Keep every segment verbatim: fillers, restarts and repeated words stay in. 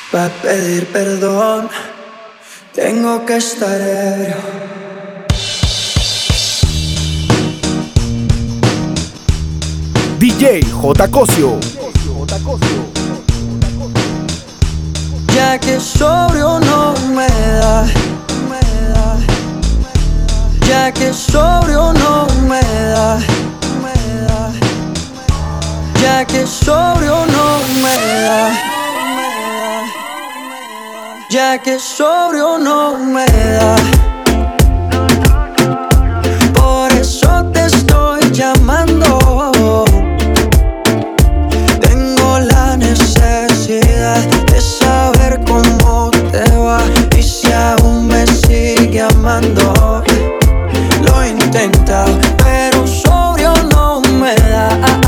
Pa' pedir perdón tengo que estar ebrio. D J J Cosio. Ya que sobrio no me da, ya que sobrio no me da, ya que sobrio no me da, ya que sobrio no me da. Por eso te estoy llamando. Tengo la necesidad de saber cómo te va y si aún me sigue amando. Lo he intentado, pero sobrio no me da.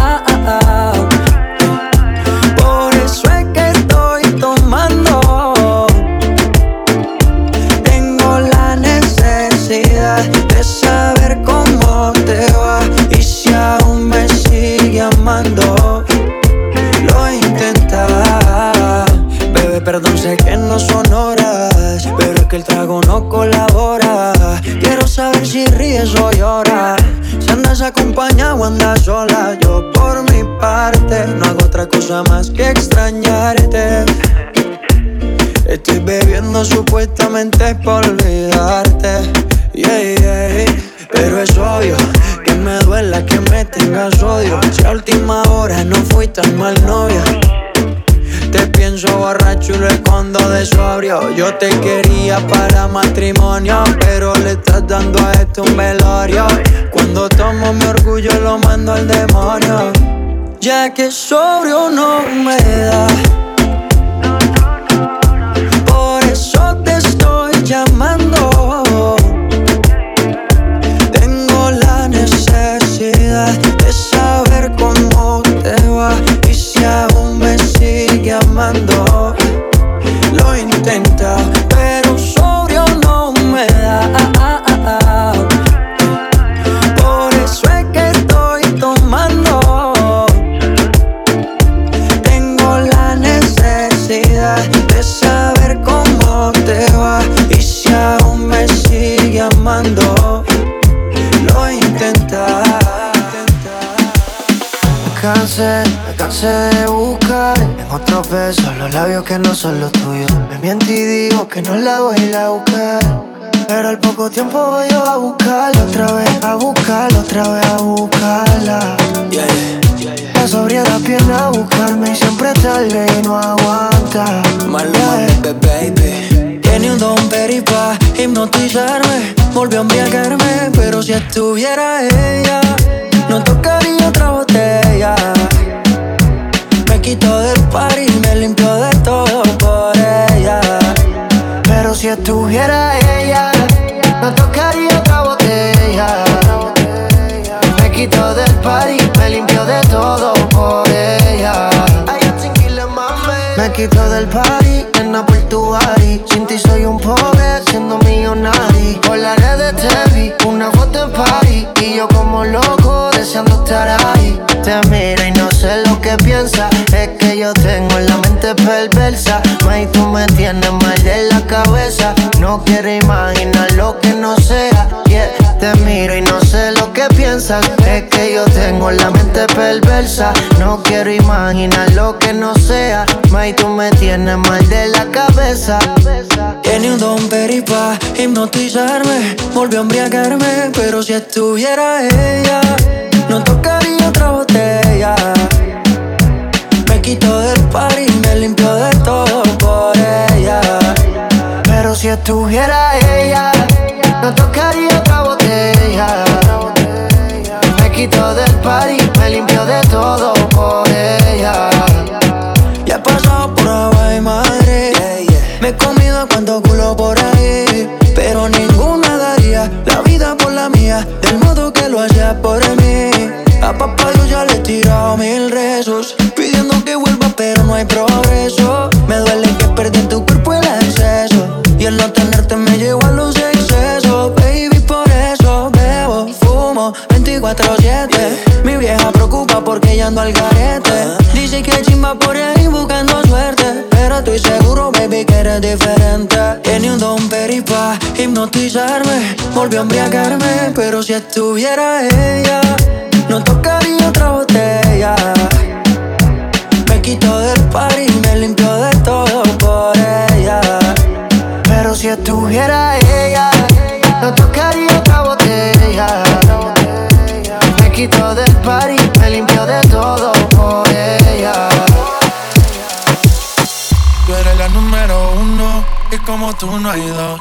Por eso es que estoy tomando. Tengo la necesidad de saber cómo te va y si aún me sigue amando. Lo he intentado. Bebé, perdón, sé que no son horas, pero es que el trago no colabora. Quiero saber si ríes o lloras, si andas acompañado o andas sola. Yo por mi parte no hago otra cosa más que extrañarte. Estoy bebiendo supuestamente por olvidarte, yeah, yeah. Pero es obvio que me duela que me tengas odio. Si a última hora no fui tan mal novia. Te pienso borracho y lo escondo de sobrio. Yo te quería para matrimonio, pero le estás dando a esto un velorio. Cuando tomo mi orgullo lo mando al demonio. Ya que sobrio no me da. Por eso te estoy llamando. Tengo la necesidad de saber cómo te va y si aún me sigue amando. Lo he intentado, pero sobrio no me da. Por eso es que estoy tomando. Tengo la necesidad de saber cómo te va y si aún me sigue amando. Lo he intentado. Me cansé, me cansé de buscar en otros besos los labios que no son los tuyos. Me miento y digo que no la voy a ir a buscar, pero al poco tiempo voy yo a buscarla otra vez, a buscarla otra vez, a buscarla. Yeah, yeah, yeah. La sobriedad viene a buscarme y siempre tarde y no aguanta. Maluma, yeah. Baby. Tiene un don peripa hipnotizarme, volvió a embriagarme, pero si estuviera ella, no tocaría otra botella. Me quitó del party y me limpió de todo por ella. Pero si estuviera ella, no tocaría otra botella. Me quitó del party, me limpió de todo por ella. Me quitó del party, nena, por tu body. Sin ti soy un pobre, siendo millonario. Por las redes te vi, una foto en party, y yo como loco, deseando estar ahí. Te miro y no sé lo que piensas. Es que yo tengo la mente perversa. May, tú me tienes mal de la cabeza. No quiero imaginar lo que no sea, yeah. Te miro y no sé lo que piensas. Es que yo tengo la mente perversa. No quiero imaginar lo que no sea. May, tú me tienes mal de la cabeza. Tiene un don peripa hipnotizarme, volvió a embriagarme, pero si estuviera ella, no tocaría otra botella. Me quitó del party y me limpió de todo por ella. Pero si estuviera ella, no tocaría otra botella. Me quitó del party, me limpió de todo por ella. Ya he pasado por agua y madre, yeah, yeah. Me he comido a cuanto culo por ahí, pero ninguna daría la vida por la mía, del modo que lo hacía por mí. A papá yo ya le he tirado mil rezos, pidiendo que vuelva pero no hay progreso. Me duele que perdí en tu cuerpo el acceso, y el no tenerte me llevó a los excesos. Baby, por eso bebo, fumo veinticuatro siete. Mi vieja preocupa porque ya ando al garete. Dice que chimba por ahí buscando suerte, pero estoy seguro hipnotizarme, volvió a embriagarme. Pero si estuviera ella, no tocaría otra botella. Me quitó del party, me limpió de todo por ella. Pero si estuviera ella, no tocaría otra botella. Me quitó del party, me limpió de todo por ella. Tú eres la número uno y como tú no hay dos.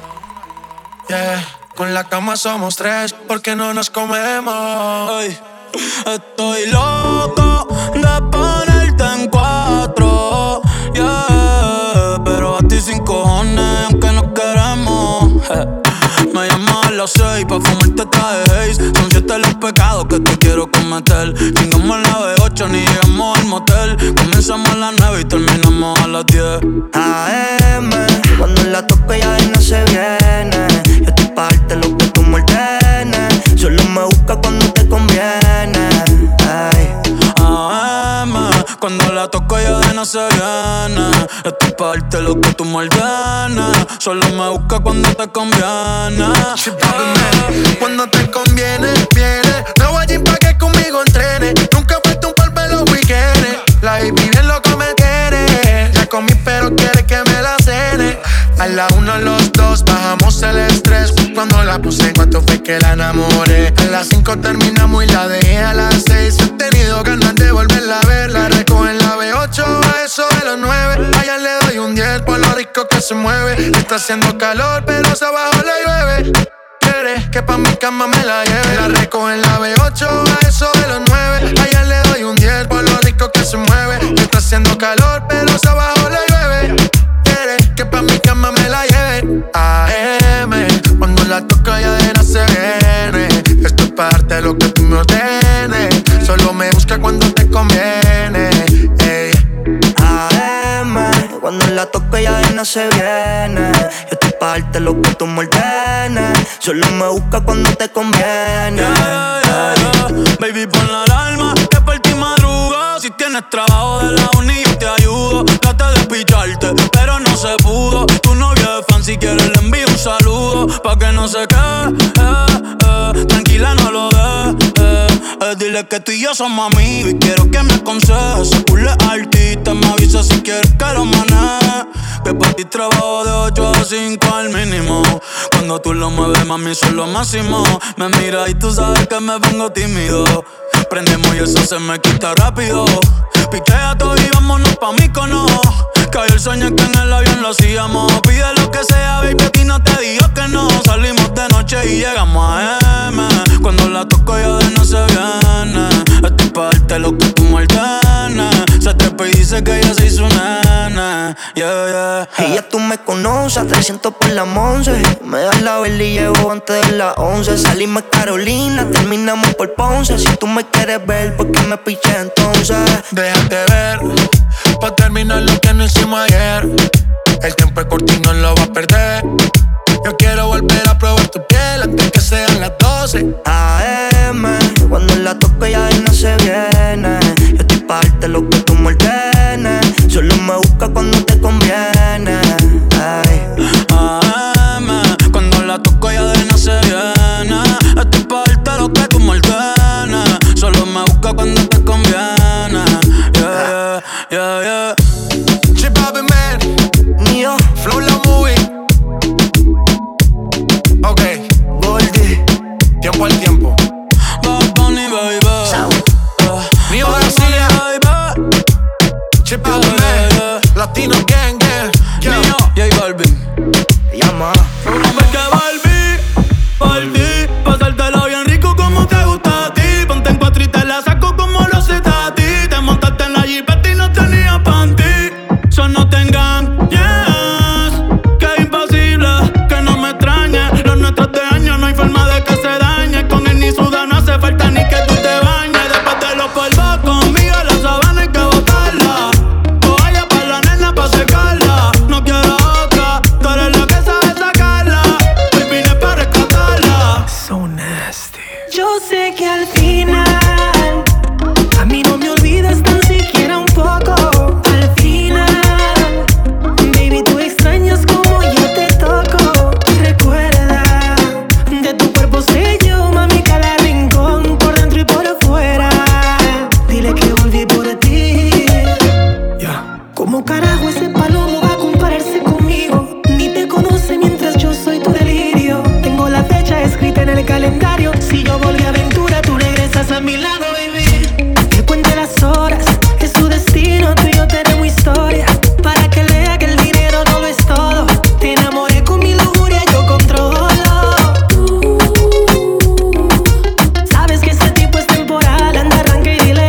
Yeah. Con la cama somos tres porque no nos comemos. Ay, estoy loco de ponerte en cuatro. Yeah, pero a ti sin cojones aunque nos queremos. Me llamas a las seis pa' fumarte traje Haze. Son siete los pecados que te quiero cometer. Chingamos la B ocho ni llegamos al motel. Comenzamos a las nueve y terminamos a las diez. A M, cuando la toco ya no se viene. Yo estoy pa' darte lo que tú me ordenes. Solo me busca cuando te conviene. Ay. A M, cuando la toco ya de no se viene. Estoy pa' darte lo que tú me ordenes. Solo me busca cuando te conviene. Cuando te conviene, viene. No voy a gym pa' que conmigo entrene. Nunca he puesto un polvo en los weekends. La baby bien loco me quiere. Ya comí pero quiere que me la cene. A la una los dos bajamos el estrés. Cuando la puse en cuanto fue que la enamoré. A las cinco terminamos y la dejé a las seis. He tenido ganas de volverla a ver. La recojo en la B ocho a eso de los nueve. Allá le doy un diez por lo rico que se mueve. Está haciendo calor pero hacia abajo le llueve. Quiere que pa' mi cama me la lleve. La recojo en la B ocho a eso de los nueve. Allá le doy un diez por lo rico que se mueve. Está haciendo calor pero hacia abajo le llueve. Quiere que pa' mi cama me la lleve. A M, cuando la toca ya de no se viene. Esto es parte de lo que tú me ordenes. Solo me busca cuando te conviene. Ey. A M, cuando la toco ya de no se viene. Yo estoy pa' darte lo que tú me ordenes. Solo me busca cuando te conviene. Yeah, yeah, yeah. Baby, pon la alarma que por ti madrugo. Si tienes trabajo de la uni yo te ayudo. Traté de picharte, pero no se pudo. Tu novio es fan, si quieres le envío un saludo. Pa' que no se quede, eh, eh. Tranquila, no lo des, eh, eh. Dile que tú y yo somos amigos y quiero que me aconsejes. Se pule artista, me avisa si quieres que lo maneje. Que pa' ti trabajo de ocho a cinco al mínimo. Cuando tú lo mueves, mami, soy lo máximo. Me mira y tú sabes que me pongo tímido. Prendemos y eso se me quita rápido. Piquea todo y vámonos pa' Mykonos. Cayó el sueño que en el avión lo hacíamos. Pide lo que sea, baby, a ti no te digo que no. Salimos de noche y llegamos a M. Cuando la toco ya de no se viene. Estoy pa' darte lo que tú me ordenes. Se trepa y dice que ella se hizo nena. Yeah, yeah. Y ya tú me conoces, trescientos por la once. Me das la vela y llevo antes de las once. Salimos Carolina, terminamos por Ponce. Si tú me quieres ver, ¿por qué me piché entonces? Déjate ver, pa' terminar lo que no hicimos ayer. El tiempo es corto y no lo va a perder. Yo quiero volver a probar tu piel antes que sean las doce. A M, cuando la toco ya no se viene. Yo estoy pa' darte lo que tú me ordenes. Solo me busca cuando te conviene. Ay. A M, cuando la toco ya de no se viene. Estoy pa' darte lo que tú me ordenes. Solo me busca cuando te conviene. Yeah, yeah, yeah, yeah. Chip Bobby Man, Neo, Flow la movie. Ok, Goldie, tiempo al tiempo. Bad Bunny, baby. Sound. Neo Bad García, Bunny, baby. Chip Bobby Man, Latino Gang Gang. Yo. Neo, J Balvin. Llama. Hombre que volví, volví. Pasártelo bien rico como te gusta a ti. Ponte en cuatro y te la saco como lo sé a ti. Te montaste en la jipeta y no tenía panty. So no te engañes, que es imposible que no me extrañes. Los nuestros de años no hay forma de que se dañe. Con él ni suda no hace falta ni que tú te bañes. Después de los polvos conmigo la sabana hay que botarla. Toalla pa' la nena pa' secarla. No quiero otra, tú eres la que sabe sacar. ¿Cómo carajo ese palomo va a compararse conmigo? Ni te conoce mientras yo soy tu delirio. Tengo la fecha escrita en el calendario. Si yo volví a aventura, tú regresas a mi lado, baby. Que cuente las horas, es su destino. Tú y yo tenemos historia, para que lea que el dinero no lo es todo. Te enamoré con mi lujuria, yo controlo. Tú sabes que ese tipo es temporal. Anda, arranca y dile.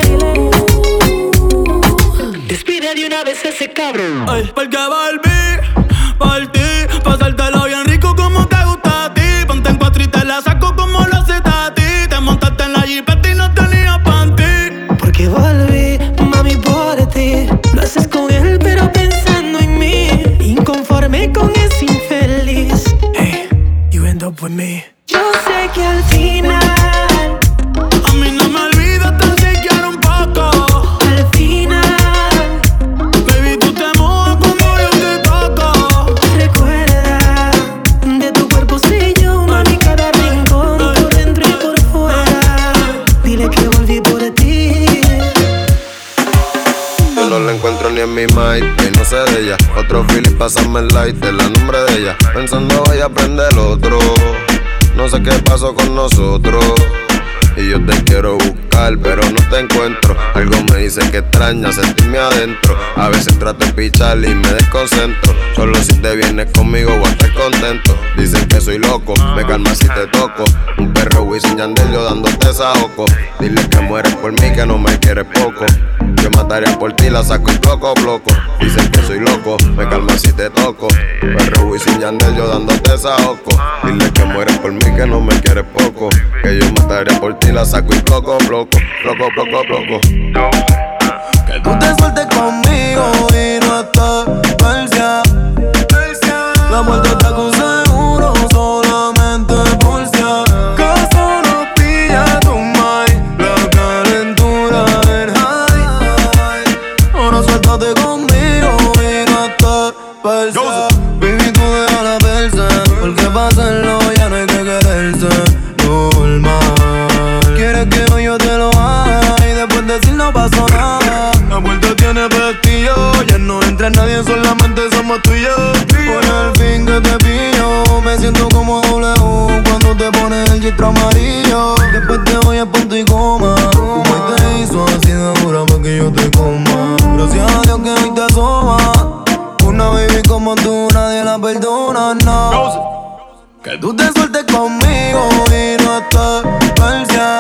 Despide de una vez ese cabrón. Ay, porque volví por ti, pasártelo bien rico como te gusta a ti. Ponte en cuatro y te la saco como lo haces a ti. Te montaste en la jipeta y no tenías panty. Porque volví, mami, por ti. Lo haces con él, pero pensando en mí. Inconforme con ese infeliz. Hey, you end up with me. Yo sé que al final a mí no me olvidas tan siquiera un poco. Al final, baby, tú te mojas cuando yo te toco. recuerda, de tu cuerpo sé yo, mami, cada rincón, por dentro y por fuera. Dile que volví por ti. Yo no la encuentro ni en mi mind, y no sé de ella. Otro feeling, pásame el light, el nombre de ella. Pensando voy a prender otro. No sé qué pasó con nosotros. Y yo te quiero buscar, pero no te encuentro. Algo me dice que extraña sentirme adentro. A veces trato de pichar y me desconcentro. Solo si te vienes conmigo voy a estar contento. Dicen que soy loco, me calma si te toco. Un perro Wisin Yandel yo dándote saoco. Dile que mueres por mí, que no me quieres poco. Yo mataría por ti, la saco y bloco, bloco. Dicen que soy loco, me calma si te toco. Perro Wisin Yandel yo dándote saoco. Dile que mueres por mí, que no me quieres poco. Que yo mataría por ti, la saco y bloco, bloco. Bloco, bloco, bloco. Que tú te sueltes conmigo y no estás persia. La muerte está con seguro, solamente por si acaso nos pilla tu mind. La calentura en high. Ahora suéltate conmigo y no estás persia. Baby, tú deja la persa, porque pa' hacerlo ya no hay que quererse. Normal. Quieres que hoy yo te lo haga y después decir no pasó nada. La puerta tiene pestillo, ya no entra nadie, solamente somos tú y yo. Por el fin que te pillo, me siento como W cuando te pones el gistro amarillo. Después te voy a punto y coma. Como hoy te hizo así de dura pa' que yo te coma. Gracias a Dios que hoy te asoma. Una baby como tú nadie la perdona, no. Que tú te sueltes conmigo y no estás persia.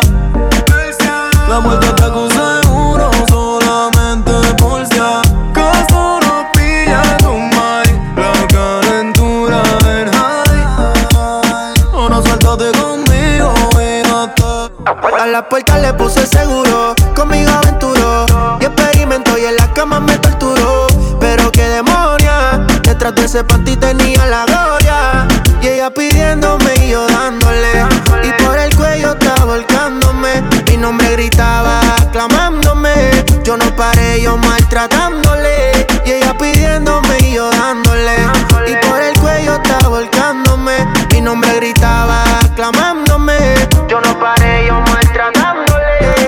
La muerte está con seguro, solamente por si acaso nos pilla tu mind. La calentura en high. Ahora suéltate conmigo y no estás. A la puerta le puse seguro, conmigo aventuro. Y experimento y en la cama me torturó. Pero qué demonia, detrás de ese panty tenía la gloria. Y ella pidiéndome y yo dándole. Y por el cuello estaba volcándome. Mi nombre gritaba, clamándome. Yo no paré, yo maltratándole. Y ella pidiéndome y yo dándole. Y por el cuello estaba volcándome. Mi nombre gritaba, clamándome. Yo no paré, yo maltratándole.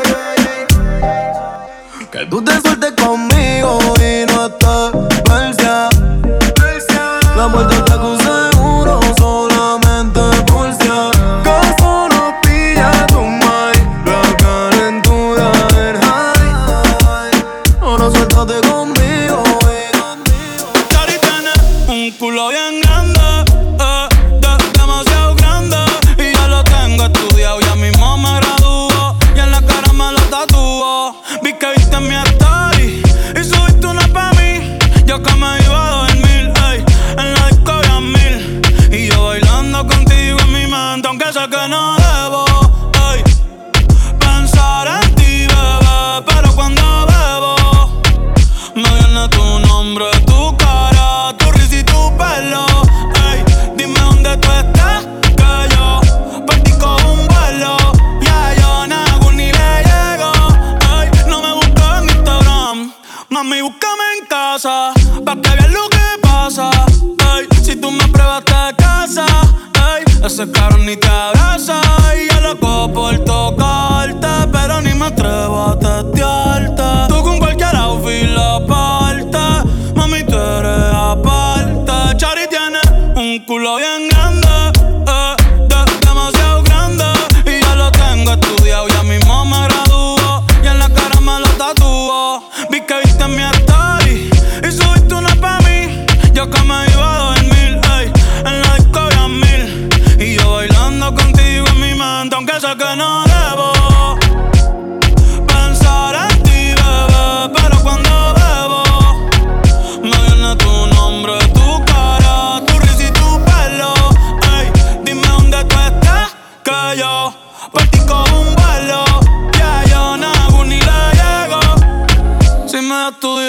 Que tú te sueltes conmigo y no estás persia. La puerta está con seguro, solamente por si acaso nos pilla tu mind. La calentura en high. Ahora suéltate conmigo y conmigo. Cari tiene un culo bien grande, eh, de- demasiado grande. Y yo lo tengo estudiado, ya mismo me gradúo. Y en la cara me lo tatúo. Vi que viste mi story y subiste una pa' mí. Yo que me iba a dormir, ey, en la disco había mil. Y yo bailando contigo en mi mente, aunque sé que no debo, ey, pensar en ti, bebé. Pero cuando bebo, me viene tu nombre, tu cara, tu risa y tu pelo. Ey, dime dónde tú estás, que yo perdí con un vuelo. Ya yo nago ni le llego. Ey, no me busques en Instagram, mami, búscame en casa, pa' que veas lo que pasa. Ey, si tú me pruebas te casa, ey, ese caro ni te abraza. Y yo loco por tocarte, pero ni me atrevo a testearte. Tú con cualquier outfit la parte,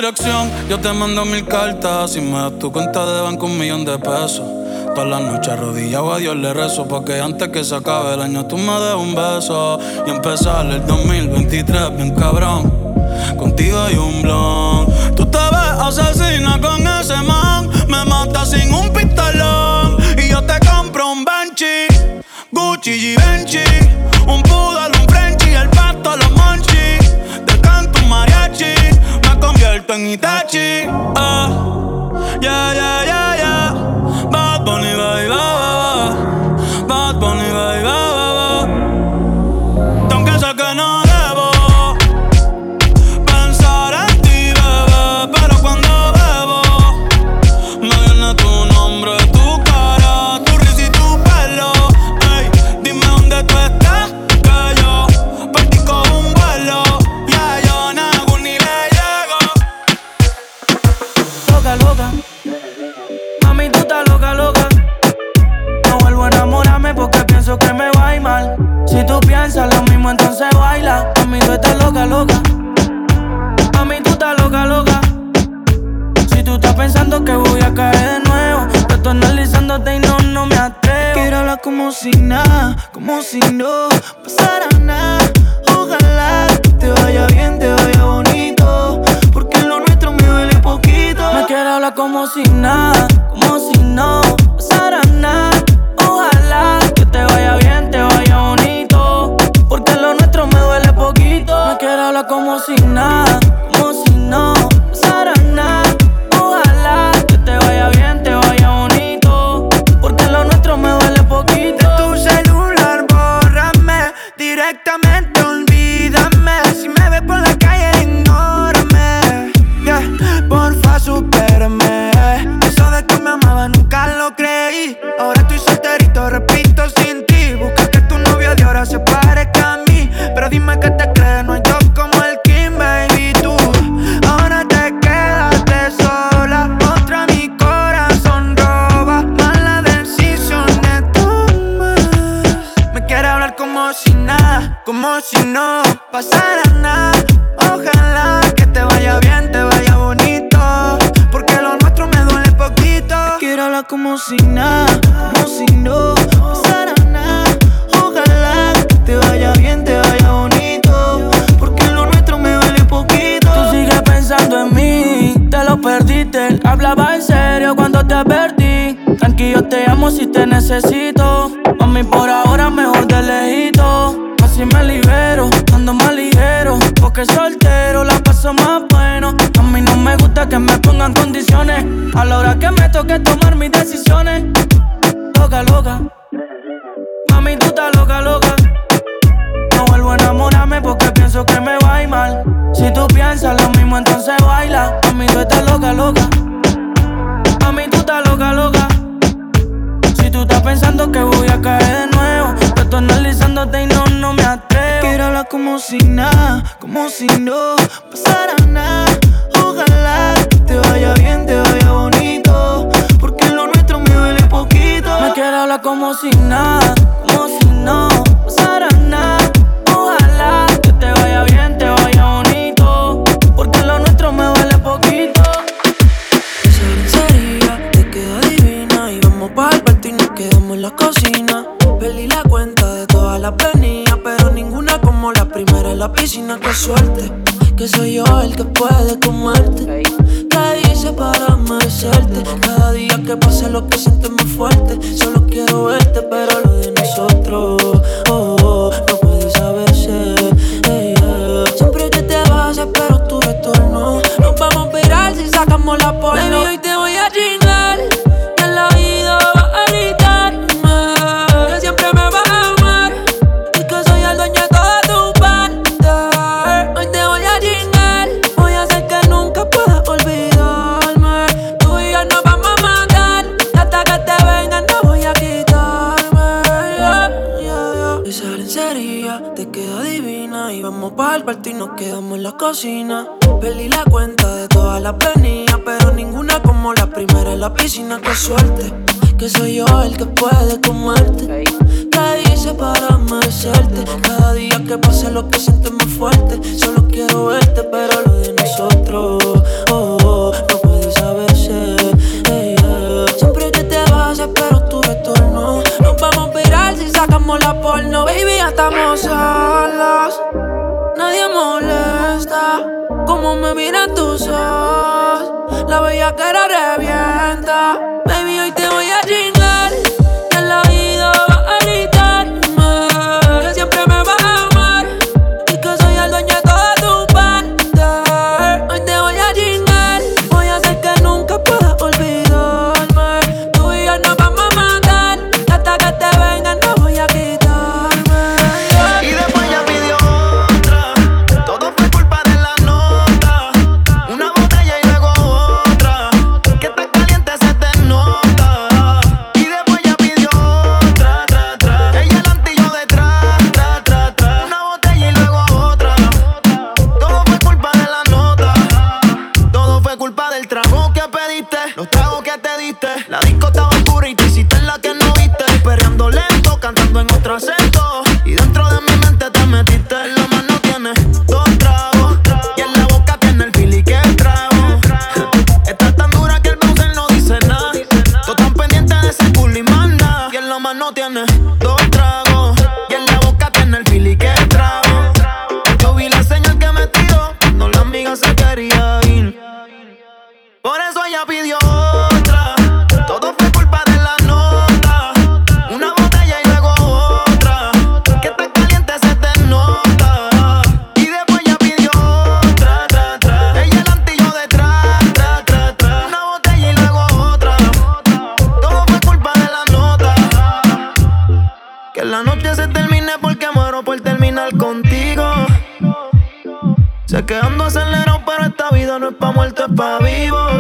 dirección, yo te mando mil cartas. Si me das tu cuenta de banco, un millón de pesos. Todas las noches arrodillado a Dios le rezo, porque antes que se acabe el año tú me des un beso. Y empezar el dos mil veintitrés bien cabrón, contigo hay un blon. Tú te ves asesina con ese man, me matas sin un pistolón. Y yo te compro un Banshee, Gucci, Givenchy, un poodle, un Frenchie, el pasto, los monchis. Te canto un mariachi, me convierto en Itachi. Ah, yeah, yeah, yeah, yeah. Bad Bunny, baby, ba, Bad Bunny, baby, ba, aunque sé que no debo pensar en ti, bebé, pero cuando bebo me viene tu nombre, tu cara, tu risa y tu pelo. Ey, dime dónde tú estás, que yo partí con un vuelo. Ya yo nago ni le llego. Loca, loca, mami, tú estás loca, loca. No vuelvo a enamorarme porque pienso que me va a ir mal. Si tú piensas lo mismo, entonces baila. Mami, tú estás loca, loca. Mami, tú estás loca, loca. Si tú estás pensando que voy a caer de nuevo, yo estoy analizándote y no, no me atrevo. Quiero hablar como si nada, como si no pasara nada. Ojalá que te vaya bien, te vaya bonito, porque lo nuestro me duele poquito. Me quiero hablar como si nada, como si no pasara nada. Ojalá que te vaya bien, te vaya bonito, porque lo nuestro me duele poquito. Me quiero hablar como si nada, como si no pasara nada. Ojalá que te vaya bien, te vaya bonito, porque lo nuestro me duele poquito. De tu celular, bórrame directamente, olvídame. Si me ves por la calle, ignórame. Yeah, porfa, supérame. Eso de que me amaba nunca lo creí. Ahora estoy solterito, repito sin ti. Busca que tu novio de ahora se parezca a mí, pero dime que te crees, no hay yo como el King, baby. Tú ahora te quedaste sola, otra mi corazón roba. Mala decisión es tomar. Me quiere hablar como si nada, como si no pasara nada. Ojalá que te vaya bien, te vaya bonito, porque lo nuestro me duele poquito. Quiero hablar como si nada, como si no pasara nada. Ojalá que te vaya bien, te vaya bonito, porque lo nuestro me duele poquito. Tú sigues pensando en mí, te lo perdiste. Hablaba en serio cuando te advertí. Tranquilo, te amo si te necesito. Mami, por ahora mejor de lejito. Así me libero, ando más ligero, porque soltero la paso más bueno. A mí no me gusta que me pongan condiciones a la hora que me toque tomar mis decisiones. Loca, loca, mami, tú estás loca, loca. No vuelvo a enamorarme porque pienso que me va a ir mal. Si tú piensas lo mismo, entonces baila. Mami, tú estás loca, loca. Mami, tú estás loca, loca. Si tú estás pensando que voy a caer de nuevo, yo estoy analizándote y no, no me atrevo. Quiero hablar como si nada, como si no pasara nada. Ojalá que te vaya bien, te vaya bonito, porque lo nuestro me duele poquito. Me quiero hablar como si nada, como si no pasara nada. Ojalá que te vaya bien, te vaya bonito, porque lo nuestro me duele poquito. Esa lencería te queda divina y vamos para el party y nos quedamos en la cocina. Perdí la cuenta de todas las planillas, pero ninguna como la primera en la piscina. Qué suerte, que soy yo el que puede comerte. ¿Qué hice para merecerte? Cada día que pase lo que siento es más fuerte. Solo quiero verte, pero lo de nosotros, oh, oh, no puede saberse. Hey, yeah. Siempre que te vas espero tu retorno. Nos vamos a virar si sacamos la porno. Baby, hoy te voy a chingar, en la vida vas a gritarme que siempre me vas a amar y que soy el dueño de toda tu parte. Hoy te voy a chingar, voy a hacer que nunca puedas olvidarme. Tú y yo nos vamos a matar y hasta que te vengan no voy a quitarme. Yeah, yeah, yeah. Esa lencería te queda divina y vamos para el party y nos quedamos en la cocina. Perdí la cuenta de todas las planillas, pero ninguna como la primera en la piscina. Qué suerte, que soy yo el que puede comerte. ¿Qué hice para merecerte? Cada día que pasa lo que siento es más fuerte. Solo quiero verte, pero lo de nosotros, oh, oh, no puede saberse. Hey, yeah. Siempre que te vas espero tu retorno. Nos vamos a virar si sacamos la porno. Baby, ya estamos solos, nadie molesta como me miran tus ojos. La bellaquera revienta. Baby, hoy te voy a chingar. Que en la vida vas a gritarme que siempre me vas a amar y que soy el dueño de toda tu parte. Hoy te voy a chingar. Voy a hacer que nunca puedas olvidarme. Tú y yo nos vamos a matar. Hasta que te vengan no voy a quitarme. Y después ya pidió otra. Todo fue culpa de la nota. Una botella y luego otra. Que estás caliente se te nota. Y después ya pidió otra, tra, tra. Ella adelante y yo detrás, tra, tra, tra. Una botella y luego otra. Todo fue culpa de la nota. Todo fue culpa del trago que pediste, los tragos que te diste. La disco estaba oscura y tú hiciste la que no viste. Perreando lento, cantando en otro acento. Y dentro de mi mente te metiste. En la mano tienes dos tragos y en la boca tiene el fili que trago. Está tan dura que el bouncer no dice nada. Tú tan pendiente de ese culo y manda. Y en la mano tienes dos tragos y en la boca tiene el fili que trago. Yo vi la señal que me tiró cuando la amiga se quería ir. Por eso ella pidió otra. Todo fue culpa de la nota. Una botella y luego otra. Que estás caliente se te nota. Y después ya pidió otra, tra, tra. Ella adelante y yo detrás, tra, tra, tra. Una botella y luego otra. Todo fue culpa de la nota. Que la noche se termine porque muero por terminar contigo. Sé que ando acelerado, pero esta vida no es pa' muertos, es pa' vivos.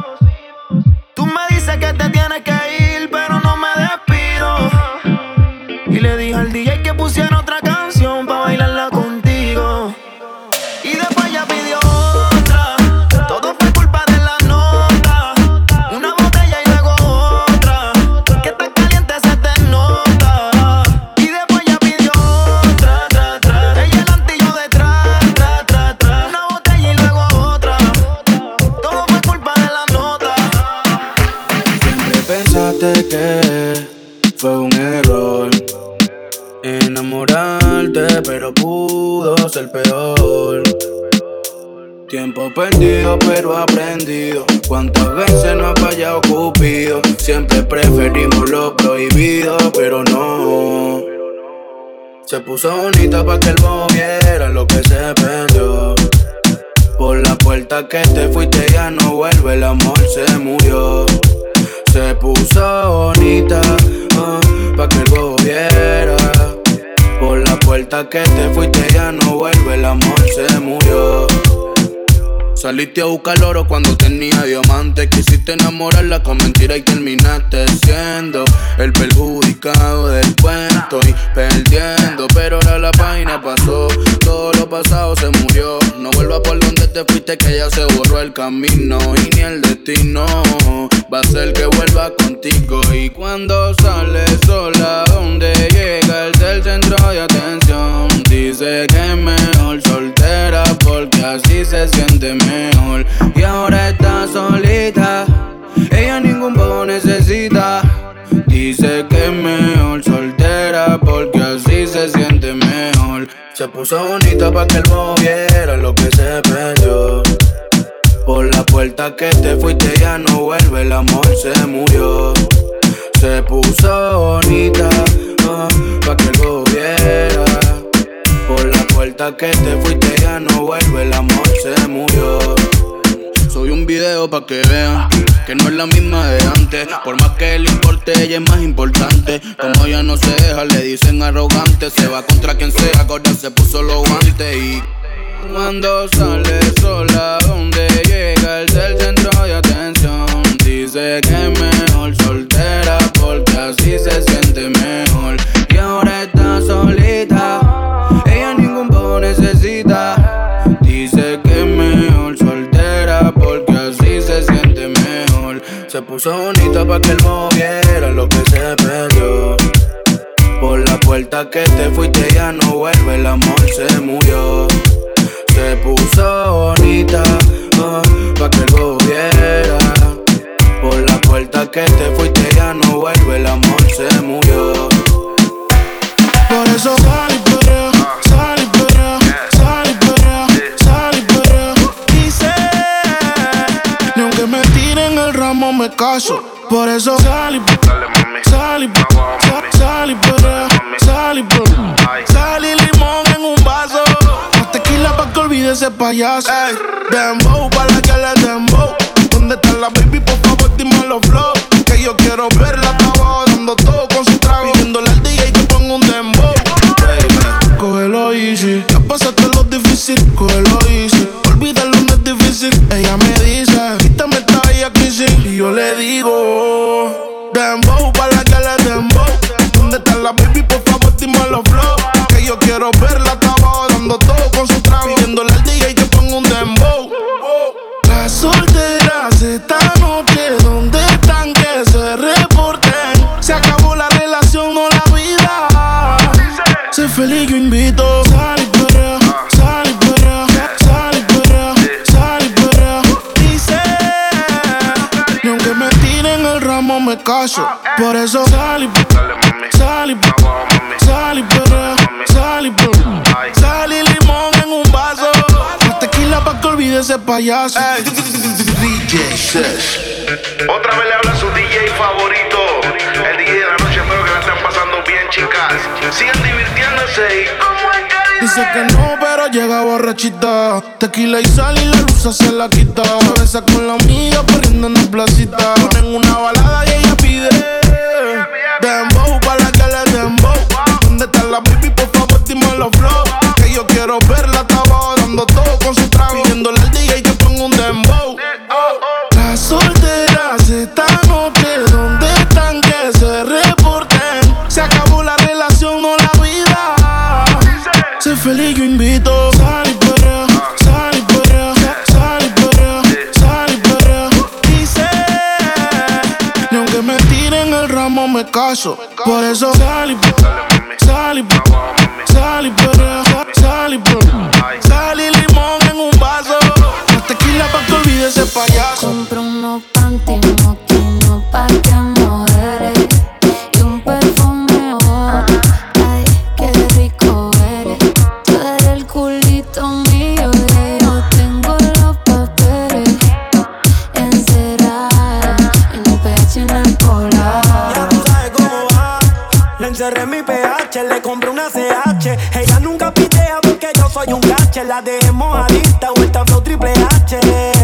Tú me dices que te tienes que ir, pero no me despido. Y le dije al D J que pusiera otra canción pa' bailarla contigo. Y después ya pidió otra. Todo fue culpa de la nota. Una botella y luego otra. Que estás caliente se te nota. Y después ya pidió otra, tra, tra. Ella adelante y yo detrás, tra, tra, tra. Una botella y luego otra. Todo fue culpa de la nota. Siempre pensaste que fue un error enamorarte, pero pudo ser peor. Tiempo perdido, pero aprendido. Cuántas veces no ha fallado Cupido. Siempre preferimos lo prohibido, pero no. Se puso bonita pa' que el bobo viera lo que se perdió. Por la puerta que te fuiste ya no vuelve, el amor se murió. Se puso bonita, uh, pa' que el bobo viera. Por la puerta que te fuiste ya no vuelve, el amor se murió. Saliste a buscar oro cuando tenía diamante. Quisiste enamorarla con mentira y terminaste siendo el perjudicado del cuento y perdiendo. Pero ahora la página pasó, todo lo pasado se murió. No vuelvas por donde te fuiste que ya se borró el camino. Y ni el destino va a ser que vuelva contigo. Y cuando sales sola, donde llega el del centro de atención, dice que es mejor soltera porque así se siente mejor. Y ahora está solita, ella ningún bobo necesita. Dice que es mejor soltera porque así se siente mejor. Se puso bonita pa' que el bobo viera lo que se perdió. Por la puerta que te fuiste ya no vuelve, el amor se murió. Se puso bonita, uh, pa' que el bobo viera. Por la puerta que te fuiste ya no vuelve, el amor se murió. Soy un video pa' que vean que no es la misma de antes. Por más que le importe, ella es más importante. Como ella no se deja, le dicen arrogante. Se va contra quien sea, ahora se puso los guantes. Y cuando sale sola, donde llega el del centro de atención, dice que es mejor soltera porque así se siente mejor. Y ahora está solita, ella ningún bobo necesita. Dice que es mejor soltera porque así se siente mejor. Se puso bonita pa' que él moviera lo que se perdió. Por la puerta que te fuiste ya no vuelve, el amor se murió. Se puso bonita, oh, pa' que él moviera. Por la puerta que te fuiste ya no vuelve, el amor se murió. Por eso sal y perrea, sal y perrea, sal y perrea, sal y perrea. Dice, ni aunque me tiren el ramo me caso. Por eso sal y perrea, sal y perrea, sal y perrea, sal y perrea. Sal y limón en un vaso, más tequila pa' que olvide ese payaso. Ey, dembow pa' la que le dembow. ¿Dónde está la baby? Por favor dime los flow. Que yo quiero verla abajo dando todo con su trago. Pidiéndole al D J que ponga un dembow. Baby, cógelo easy. Ya pasaste lo difícil, cógelo easy. Olvídalo, no es difícil. Ella me dice, quítame esta bella crisis. Y yo le digo, dembow pa' la que le dembow. ¿Dónde está la baby? Por favor dime los flow. Que yo quiero verla abajo dando todo con su trago. Pidiéndole al D J que ponga un dembow. Las solteras esta noche, ¿dónde están? Que se reporten. Se acabó la relación, no la vida. Sé feliz, yo invito. Sal y perrea, sal y perrea, sal y perrea, sal y perrea. Dice, ni aunque me tiren el ramo me caso. Por eso sal y perrea, sal y perrea, sal y perrea, sal y perrea. Sal y limón en un vaso, más tequila pa' que olvide ese payaso. Ey, D J Sesh. Otra vez le habla su D J favorito, el D J de la noche. Espero que la estén pasando bien, chicas. Sigan divirtiéndose y como es que dice que no, pero llega borrachita. Tequila y sal y la luz se la quita. Se besa con la amiga corriendo en la placita. Ponen una balada y ella pide dembow pa' la que le dembow. ¿Dónde está la baby? Por favor dime los flow. Que yo quiero verla abajo dando todo con su trago. Pidiéndole al D J que ponga un dembow. Las solteras esta noche, ¿dónde están? Que se reporten. Se acabó la relación, no la vida. Sé feliz, yo invito. Sal y perrea, sal y perrea, sal y perrea, sal y perrea. Dice, ni aunque me tiren el ramo me caso. Por eso sal y perrea, sal y perrea, sal y perrea, sal y perrea. Sal y limón en un vaso, más tequila pa' que olvide ese payaso. Compro unos panty moquinos pa' que mujeres y un perfume, oh, ay, qué rico eres. Tú eres el culito mío y yo tengo los papeles encerrados en un pecho en el polar. Ya tú sabes cómo va, le encerré mi P H, le compré una C H. Ella nunca pitea porque yo soy un gache. La de mojadita o esta flow triple H.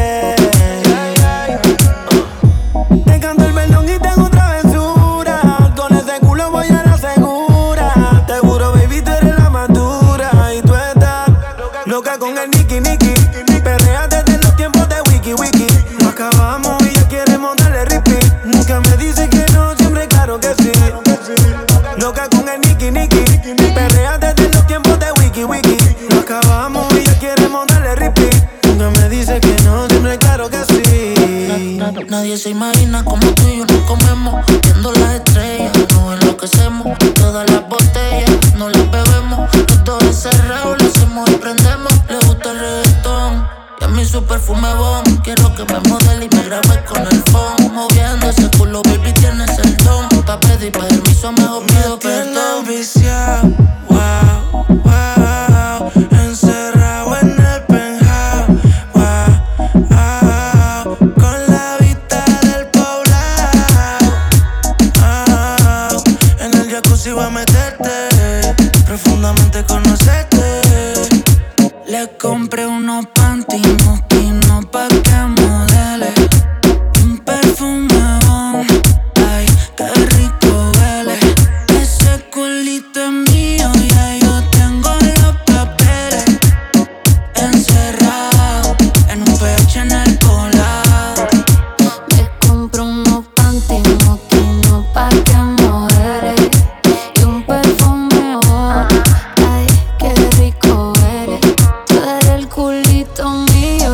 Te canto el perdón y tengo travesura. Con ese culo voy a la segura. Te juro, baby, tú eres la madura. Y tú estás loca con el Nicky Nicky. Perrea desde los tiempos de Wiki Wiki. Lo acabamos y ya queremos darle repeat. Nunca me dice que no, siempre claro que sí. Loca con el Nicky Nicky. Perrea desde los tiempos de Wiki Wiki. Lo acabamos y ya queremos darle repeat. Nunca me dice que no, siempre claro que sí. Na, na, nadie se imagina como tú y yo nos comemos. Viendo las estrellas, nos enloquecemos. Todas las botellas, no las bebemos. Todo encerrado, lo hacemos y prendemos. Le gusta el reggaetón y a mí su perfume bon. Quiero que me modele y me grabe con el phone. Moviendo ese culo, baby, tienes el don. Pa' pedir permiso, mejor pido perdón. Viciado, wow, wow. Encerrado en el penthouse, wow, wow. Con la vista del poblado, wow. En el jacuzzi voy a meterte, profundamente conocerte. Le compré unos panty moquinos pa' que modele. Un perfume bon, ay, qué rico huele. Ese culito es mío, ya yo tengo los papeles encerrados en un pecho en el polar. Me compro unos panty moquinos pa' que modele y un perfume, oh, ay, qué rico eres. Tú eres el culito mío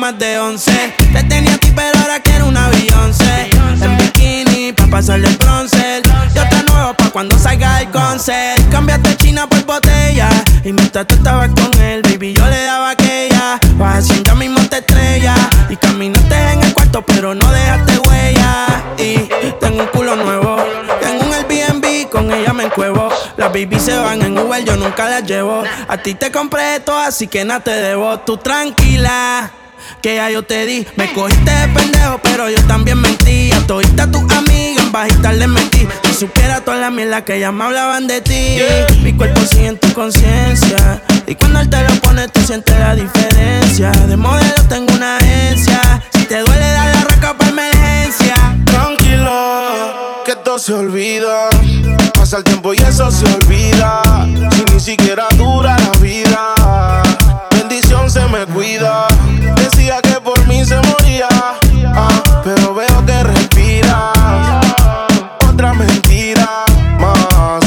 más de once. Te tenía a ti pero ahora quiero una Beyoncé. En bikini pa' pasarle el bronce. Yo te nuevo pa' cuando salga el concert. Cambiaste China por botella y mientras tú estabas con él, baby, yo le daba aquella. Vas haciendo ya mismo te estrella. Y caminaste en el cuarto pero no dejaste huella. Y tengo un culo nuevo, tengo un Airbnb, con ella me encuevo. Las baby se van en Uber, yo nunca las llevo. A ti te compré esto, así que nada te debo. Tú tranquila, que ya yo te di. Me cogiste de pendejo, pero yo también mentí. A todita tus amigas en bajita les mentí. Si supiera toda la mierda que ya me hablaban de ti, yeah. Mi cuerpo sigue en tu conciencia y cuando él te lo pone tú sientes la diferencia. De modelo tengo una agencia. Si te duele dar la raca pa' emergencia. Tranquila, que esto se olvida. Pasa el tiempo y eso se olvida. Si ni siquiera dura la vida, bendición se me cuida. Decía que por mí se moría, ah, pero veo que respiras. Otra mentira más,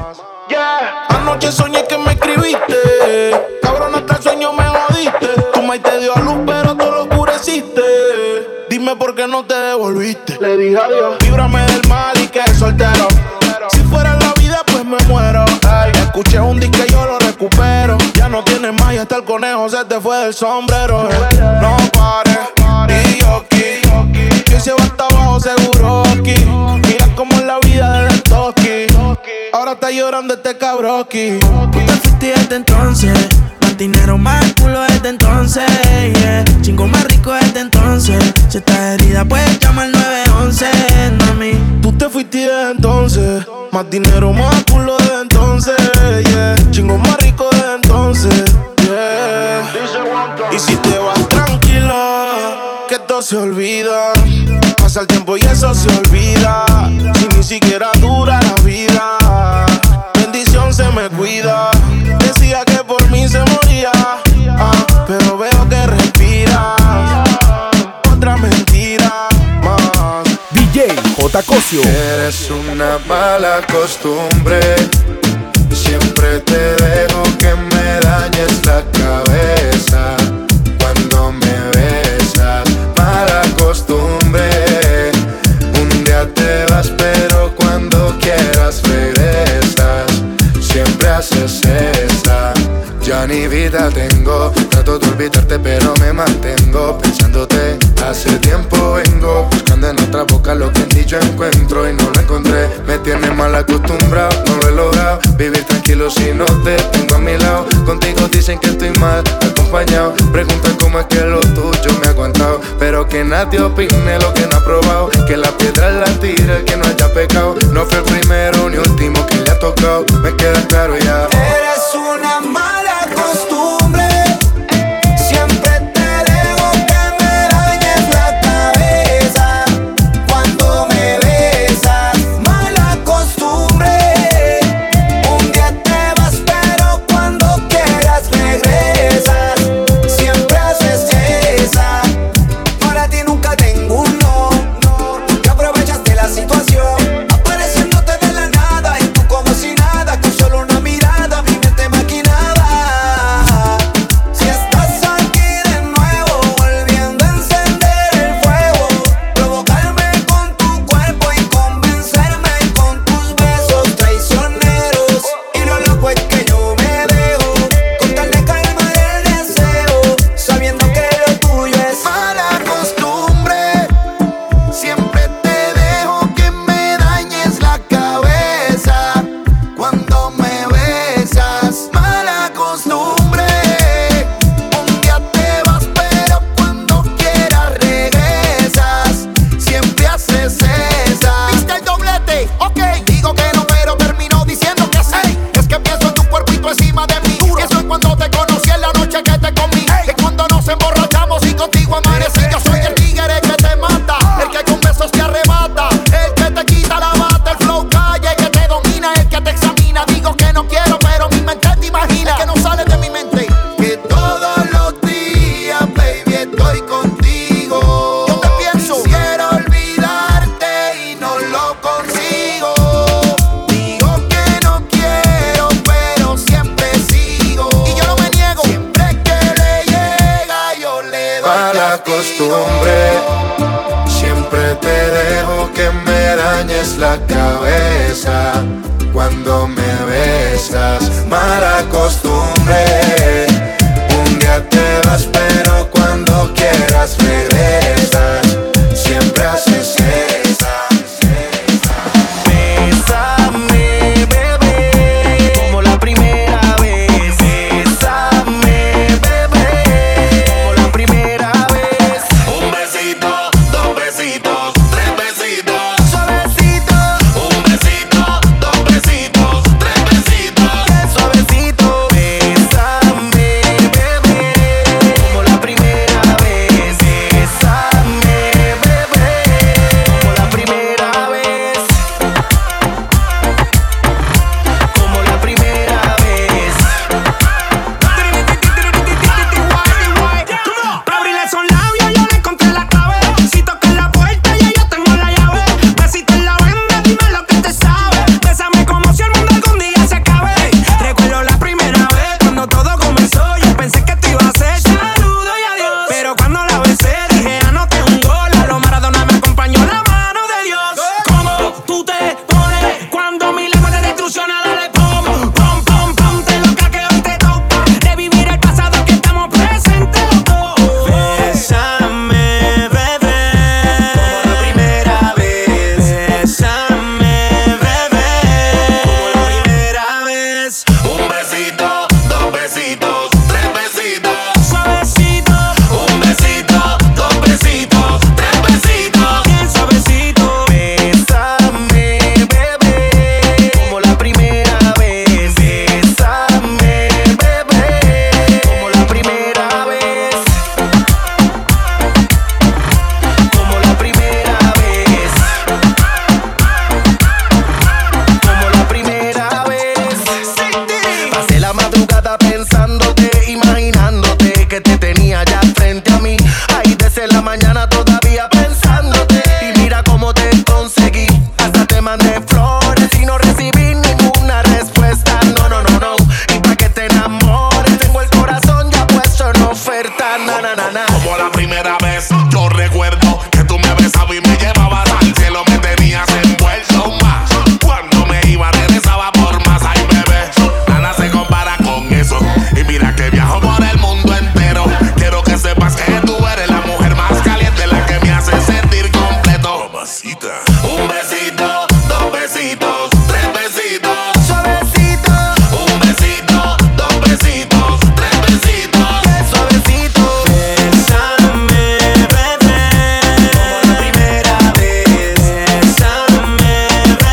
yeah. Anoche soñé que me escribiste. Cabrón, hasta el sueño me jodiste. Tu maíz te dio a luz pero tú lo oscureciste. Dime por qué no te devolviste. Le dije adiós. Líbrame del mal y que soltero. Si fuera la vida pues me muero. Ay, escuché un disco y yo lo recupero. Ya no tienes más y hasta el conejo se te fue del sombrero. No pares, y yo aquí, que se va hasta abajo seguro aquí. Mira cómo es la vida desde el toki. Ahora está llorando este cabroki. Tú te fuiste desde entonces, más dinero, más culo desde entonces, yeah. Chingo más rico desde entonces. Si estás herida puedes llamar nueve once, mami. Tú te fuiste desde entonces, más dinero, más culo desde entonces, yeah. Chingo más rico desde entonces, yeah. Y si te vas tranquila, que esto se olvida. Pasa el tiempo y eso se olvida. Si ni siquiera dura la vida, bendición se me cuida. Decía que por mí se moría, ah, pero veo que respiras. Otra mentira más. D J J Cosio. Eres una mala costumbre. Siempre te dejo que me dañes la cabeza cuando me besas. Mala costumbre. Un día te vas pero cuando quieras regresas. Siempre haces esa. Ya ni vida tengo. Trato de olvidarte pero me mantengo pensándote. Hace tiempo vengo buscando en otra boca lo que en ti yo encuentro y no lo encontré. Me tienes mal acostumbrado, no lo he logrado. Vivir tranquilo si no te tengo a mi lado. Contigo dicen que estoy mal acompañado. Preguntan cómo es que lo tuyo me ha aguantado. Pero que nadie opine lo que no ha probado. Que la piedra la tira el que no haya pecado. No fue el primero ni último que le ha tocado. Me queda claro ya. Eres una mala costumbre. Siempre te dejo que me dañes la cabeza cuando me besas. Mala costumbre. Un día te vas pero cuando quieras regresas. Siempre haces esa. Para ti nunca tengo un no, no. Que aprovechas de la situación, apareciéndote de la nada y tú como si nada, con solo una mirada mi mente maquinaba. costumbre. Siempre te dejo que me dañes la cabeza cuando me besas. Mala costumbre. Un día te vas pero cuando quieras regresas. Siempre haces esa. Bésame, bebé, como la primera vez. Bésame, bebé, como la primera vez. Un besito, dos besitos, tres besitos. Suavecito. Un besito, dos besitos, tres besitos. Suavecito. Bésame, bebé, como la primera vez. Bésame, bebé, como la primera vez. Como la primera vez. Para abrirle esos labios yo le encontré la clave. Si tocas la puerta ya yo tengo la llave. Besito en la venda, dime lo que te sabe. Bésame como si el mundo algún día se acabe. Recuerdo la primera vez cuando todo comenzó. Yo pensé que te iba a hacer saludo y adiós. Pero cuando la besé dije anoté un gol. A lo Maradona me acompañó la mano de Dios. ¿Cómo tú te pones cuando mi lengua te destrucciona? Dale pom, pom, pom, pom. Te loca que hoy te toca revivir el pasado que estamos presentes los dos. Bésame, bebé, Como la primera vez. bésame, bebé, como la primera vez. Un besito, dos besitos, tres besitos. Suavecito, Un besito, dos besitos, tres besitos. bien suavecito. Bésame, bebé, como la primera vez. Bésame, bebé, como la primera vez. Como la primera vez. Como la primera vez. Pasé la madrugada pensándote, imaginándote que te tenía ya frente a mí. Ahí desde la mañana todavía pensándote. Y mira cómo te conseguí. Hasta te mandé flores y no recibí ninguna respuesta. No, no, no, no. Y pa' que te enamores, tengo el corazón ya puesto en oferta. Na, na, na, na. Como la primera vez, yo recuerdo que tú me besabas y me llevabas al cielo, me tenías envuelto más. Cuando me iba regresaba por más, ay bebé, nada se compara con eso. Y mira que viajo por el mundo entero. Quiero que sepas que tú eres la mujer más caliente, la que me hace sentir completo. Mamacita. Un besito, dos besitos, tres besitos. Suavecito, Un besito, dos besitos, tres besitos. suavecito. Bésame, bebé, Como la primera vez. bésame,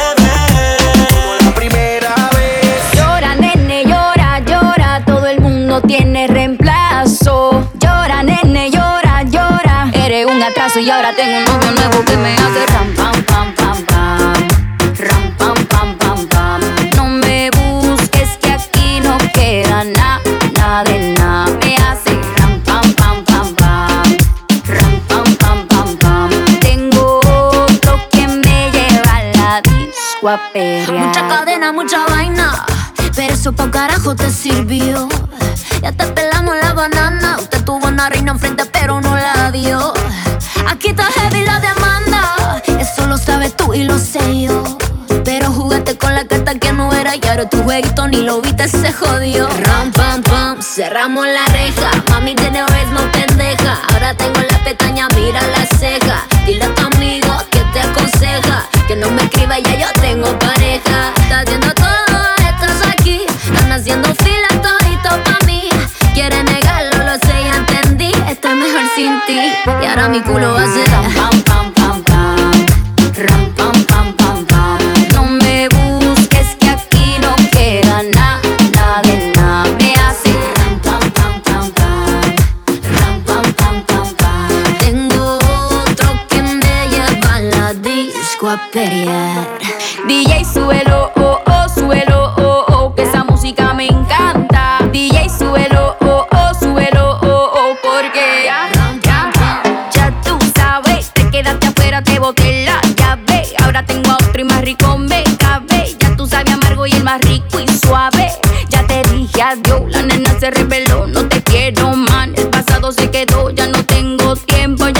bebé, Como la primera vez. Llora, nene, llora, llora. Todo el mundo tiene reemplazo. Llora, nene, llora, llora. Eres un atraso y ahora tengo un novio nuevo que me hace ram, pam, pam, pam, pam. Ram, pam, pam, pam, pam. No me busques que aquí no queda nada, nada de nada. Me hace ram, pam, pam, pam, pam. Ram, pam, pam, pam, pam. Tengo otro que me lleva a la disco a perrear. Mucha cadena, mucha vaina, pero eso pa' carajo te sirvió. Ya te pelamos la banana. Usted tuvo una reina enfrente pero no la dio. Aquí está heavy la demanda. Eso lo sabes tú y lo sé yo. Pero jugaste con la carta que no era. Y ahora tu jueguito ni lo viste, se jodió. Ram, pam, pam, cerramos la reja. Mami tiene ritmo pendeja. Ahora tengo la pestaña, mira la ceja. Dile a tu amigo que te aconseja que no me escriba, ya yo tengo pareja. Está haciendo todo, estás aquí. Están haciendo fila todito pa' mí. Quiere negarlo, lo sé, ya entendí. Estoy mejor sin ti. Y ahora mi culo va a ser ram, pam, pam, pam, pam. Ram, pam, pam, pam, pam. No me busques que aquí no queda nada, nada de nada. Me hace ram, pam, pam, pam, pam. Ram, pam, pam, pam, pam. Tengo otro que me lleva a la disco a pelear. D J suelo, oh, oh, suelo, oh, oh, que esa música me encanta. D J suelo, oh, oh, suelo, oh, oh, porque ya, ya, ya tú sabes, te quedaste afuera, te boté la llave. Ahora tengo a otro y más rico me cabe. Ya tú sabes amargo y el más rico y suave. Ya te dije adiós, la nena se rebeló, no te quiero más. El pasado se quedó, ya no tengo tiempo.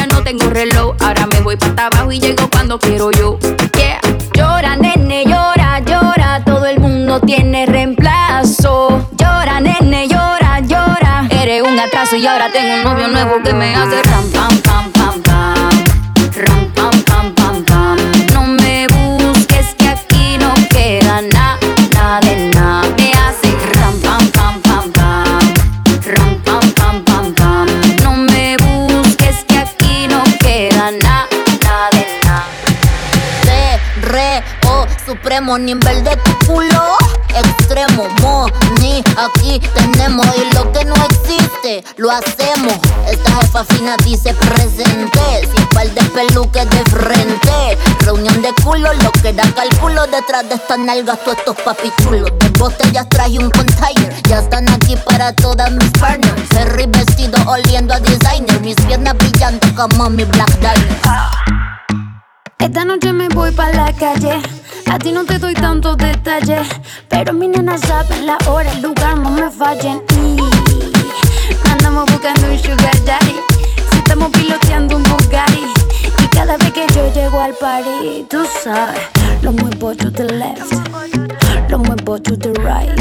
trabajo y llego cuando quiero yo. Yeah. Llora, nene, llora, llora. Todo el mundo tiene reemplazo. Llora, nene, llora, llora. Eres un atraso y ahora tengo un novio nuevo que me hace ram, pam, pam, pam, pam. Ram, pam, pam, pam, pam. No me busques que aquí no queda nada, nada de nada. Me hace ram, pam, pam, pam, pam. Ram, pam, pam, pam, pam. No me busques que aquí no queda nada, nada de nada. Re, re, oh, supremo nivel de tu culo. Extremo, mo, ni aquí tenemos. Y lo que no existe, lo hacemos. Esta jefa fina dice presente. Sin par de peluques de frente. Reunión de culo, lo que da cálculo. Detrás de estas nalgas, todos estos papichulos. De botellas traje un container. Ya están aquí para todas mis partners. Ferry vestido oliendo a designer. Mis piernas brillando como mi Black Diamond. Esta noche me voy pa' la calle. A ti no te doy tantos detalles, pero mis nenas saben la hora, el lugar, no me fallen. Y andamos buscando un sugar daddy. Si estamos piloteando un Bugatti. Y cada vez que yo llego al party, tú sabes, lo muevo to the left, lo muevo to the right.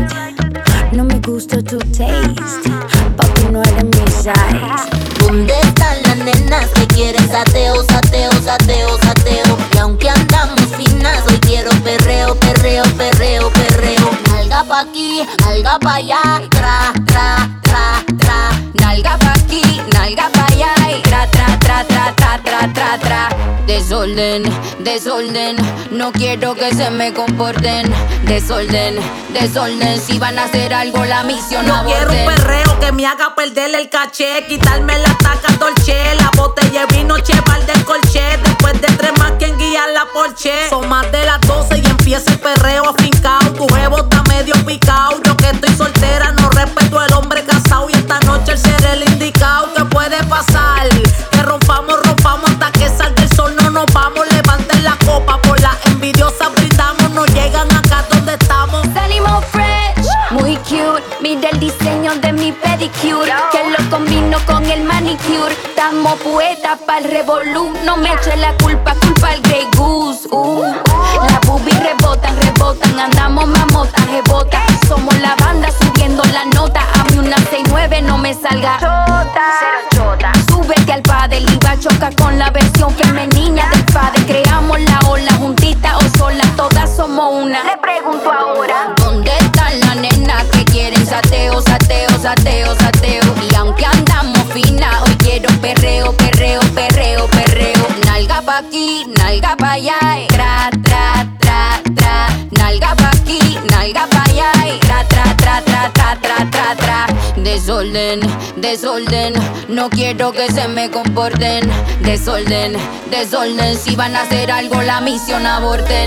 No me gusta tu taste, papi no eres mi size. ¿Dónde están las nenas que quieren sateo, sateo, sateo, sateo? Y aunque andamos finas, hoy quiero perreo, perreo, perreo, perreo. Nalga pa' aquí, nalga pa' allá, tra, tra, tra, tra. Nalga pa' aquí, nalga pa' allá y tra, tra, tra, tra, tra, tra, tra, tra. Desorden, desorden, no quiero que se me comporten. Desorden, desorden, si van a hacer algo la misión no aborten. Quiero un perreo que me haga perder el caché, quitarme la taca Dolce, la botella de vino cheval del colché. Después de tres más quien guía la Porsche. Son más de las doce y empieza el perreo afincao. Tu huevo está medio picao. Yo que estoy soltera no respeto al hombre casado. Y esta noche el ser el indicado. ¿Qué puede pasar? Que rompamos, rompamos hasta que salga el sol. No nos vamos, levanten la copa. Por la envidiosa brindamos. No llegan acá donde estamos. Salimos fresh, muy cute. Mira el diseño de mi pedicure, que lo combino con el manicure. Estamos poetas pa'l revolú. No me eche la culpa, culpa al Grey Goose. Uh. Las boobies rebotan, rebotan. Andamos mamotas, rebotan. Somos la banda subiendo la nota. A mí una seis nueve no me salga chota. Cero chota. Súbete al padel y va a chocar con la versión femenina del padel. Creamos la ola juntita o sola. Todas somos una. Le pregunto ahora, ¿dónde están las nenas que quieren sateo, sateo, sateo, sateo? Y aunque andamos fina, hoy quiero perreo, perreo, perreo, perreo. Nalga pa' aquí, nalga pa' allá, y tra, tra, tra, tra. Nalga pa' aquí, nalga pa' allá, y tra, tra, tra, tra, tra, tra, tra, tra. Desorden, desorden, no quiero que se me comporten. Desorden, desorden, si van a hacer algo la misión aborten.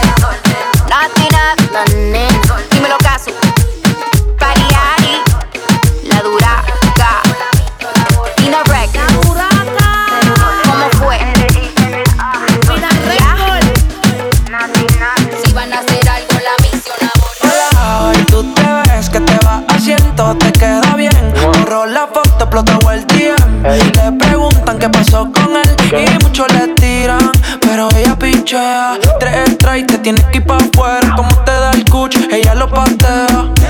Latina, nané, dímelo caso. Pariari, la duraca. Dina Rec, ¿cómo fue? Si van a hacer algo la misión aborten. Hola, hoy tú te ves que te vas haciendo, te queda bien. Borró la foto, explotó el D M. Le preguntan qué pasó con él y muchos le tiran, pero ella pichea. Tres strikes, te tienes que ir pa' afuera. Como te da el cuch, ella lo patea.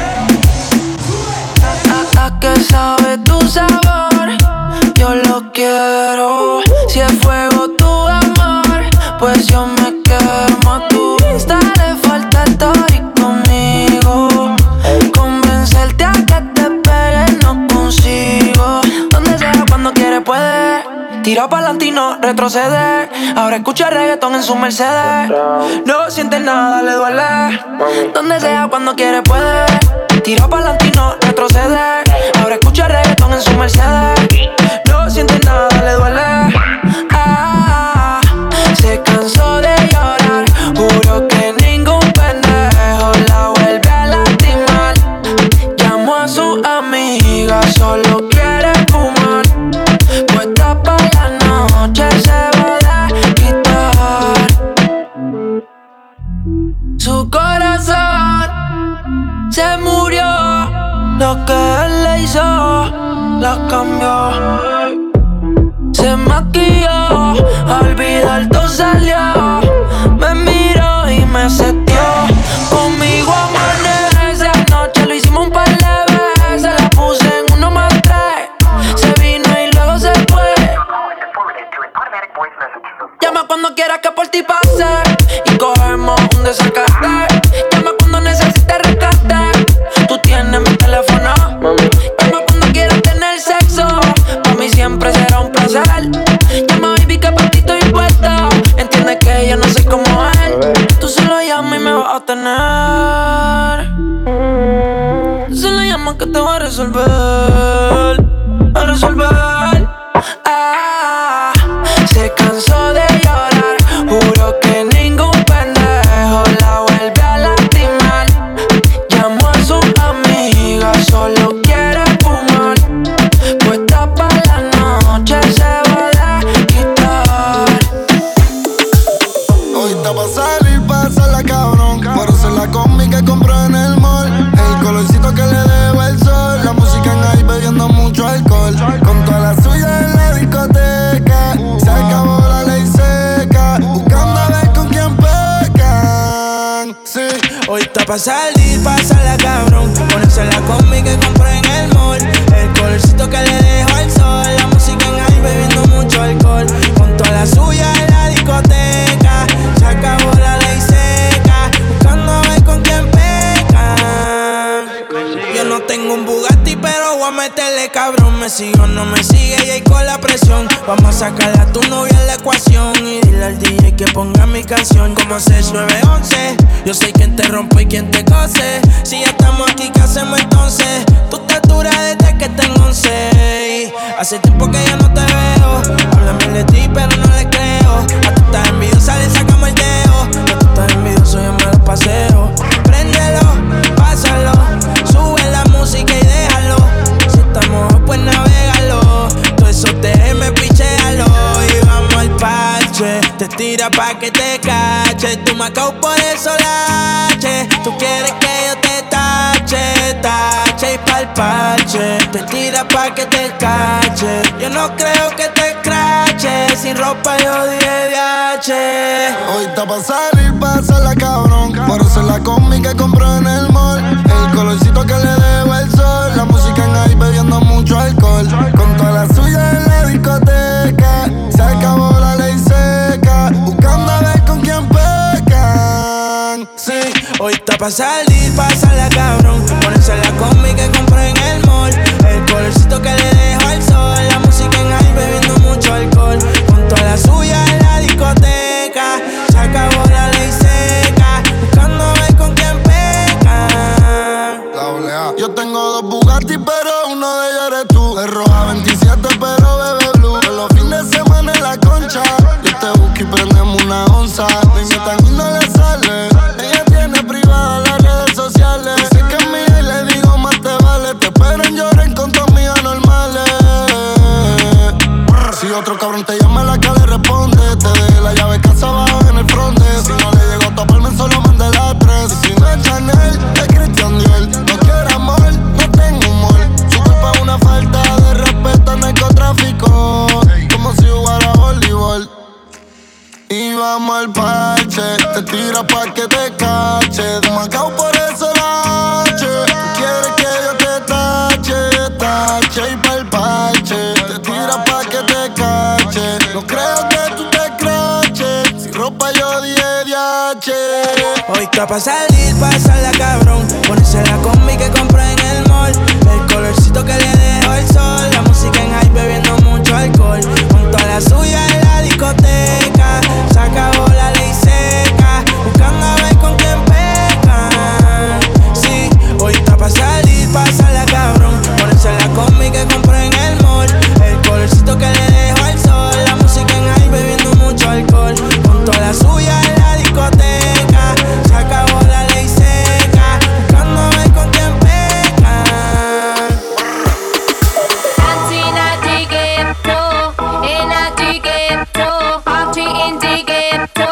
¿A, a qué sabe tu sabor? Yo lo quiero. Si es fuego tu amor, pues yo me quemo. Tu Insta le falta story conmigo. Convencerte a que te pegues no consigo. Donde sea, cuando quiere puede. Tira pa'lante y no retroceder. Ahora escucha reggaetón en su Mercedes. No siente nada, le duele. Donde sea, cuando quiere puede. Tira pa'lante y no retroceder. Ahora escucha reggaetón en su Mercedes. No siente nada, le duele. Ah, se cansó de llorar. Juro que ningún pendejo la vuelve a lastimar. Llamó a su amiga, solo quiere fumar. Puesta pa' la noche se va a quitar. Su corazón se murió. Lo que él le hizo la cambió. Se maquilló al olvidarte salió. Me miró y me setió. Conmigo amanece. Anoche lo hicimos un par de veces. La puse en uno más tres. Se vino y luego se fue. Llama cuando quieras que por ti pase y cogemos un desacate. Llama cuando necesites rescate. Tú tienes mi teléfono. Llama cuando quieras tener sexo. Para mí siempre será un placer. Llama baby que por ti estoy puesta. Entiende que yo no soy como él. Tú solo llama y me vas a tener. Tú solo llama que te voy a resolver. A resolver. Ah, se cansó de llorar. Juro que ningún pendejo la vuelve a lastimar. Llamó a su amiga, solo quiere fumar. Puesta pa' la noche se va a quitar. Hoy está pa' salir, pasarla cabrón. Por eso la combi que compró en el mall. El colorcito que le dejo el sol. La música en ahí bebiendo mucho alcohol. Con toda la suya en la discoteca. Se acabó la ley seca. Buscando a ver con quién pecan. Sí. Hoy está pa' salir, pasarla cabrón. Ponerse la combi que compré en el mall. El colorcito que le dejo al sol. La música en ahí bebiendo mucho alcohol. Con toda la suya en la discoteca. Se acabó la ley seca. Buscando a ver con quién pecan. Yo no tengo un Bugatti, pero voy a meterle cabrón. Me sigue o no me sigue y ahí con la presión. Vamos a sacarle a tu novia en la ecuación. Y dile al D J que ponga mi canción. Como seis nueve once. Yo sé quién te rompe y quién te cose. Si ya estamos aquí, ¿qué hacemos entonces? Tú te duras desde que tengo once. Hace tiempo que ya no te veo. Háblame de ti, pero no le creo. A tú estás envidiosa, le sacamos el dedo. A tú estás envidioso, yo me lo paseo. Préndelo, pásalo. Sube la música y déjalo. Si estamos, pues navégalo. Todo eso te me pichéalo. Y vamos al parche. Te tira pa' que te cache. Tú me acabo por eso lache. Tú quieres que yo te tache, tache y pa'l parche. Te tira pa' que te cache. Yo no creo que te crache. Sin ropa yo dije de H. Hoy está pa' salir, pasarla cabrón. Por eso la combi que compró en el mall. El colorcito que le dejo el sol. La música en ahí bebiendo mucho alcohol. Con toda la suya en la discoteca. Se acabó la ley seca. Buscando a ver con quién pecan. Sí, hoy está pa' salir, pasarla cabrón. Ponerse la combi que compré en el mall. El colorcito que le dejo al sol. La música en ahí bebiendo mucho alcohol. Con toda la suya en la discoteca. Se acabó la ley seca. Buscando a ver con quién pecan. Yo tengo dos Bugatti, pero uno de ellos eres tú. Es roja veintisiete, pero bebe blue. En los fines de semana en la concha. Yo te busco y prendemos una onza. Me invitan y no le sale. Ella tiene privada las redes sociales. Dice que es mía y le digo más te vale. Te espero en lloren con tus amigas normales. Si otro cabrón te llama, la que le responde. Te dejé la llave casa abajo en el fronte. Si no le llegó a toparme, solo mandé las tres. Y si no es Chanel, es Christian Dior. No quiero amor, no tengo humor. Su culpa es una falta de respeto al narcotráfico. Como si jugara voleibol. Y vamos al parche. Te tiras pa' que te cache. De Macao por eso la H. Tú quieres que yo te tache, tache y pa'l parche. Te tiras pa' que te cache. No creo que tú te craches. Sin ropa yo dije de H. Hoy está pa' salir, pasarla cabrón. Ponerse la combi que compré en el mall. El colorcito que le dejo el sol. La música en high bebiendo mucho alcohol. Con toda la suya en la discoteca. Se acabó la ley seca. Buscando a ver con quién pecan. Sí, hoy está pa' salir, pasarla cabrón. Ponerse la combi que compré en el mall. El colorcito que le dejo al sol. La música en high bebiendo mucho alcohol. Con toda la suya en la discoteca. Se acabó la ley seca. Buscando a ver con quién pecan. Dancing at the ghetto, in at the ghetto, party in the ghetto.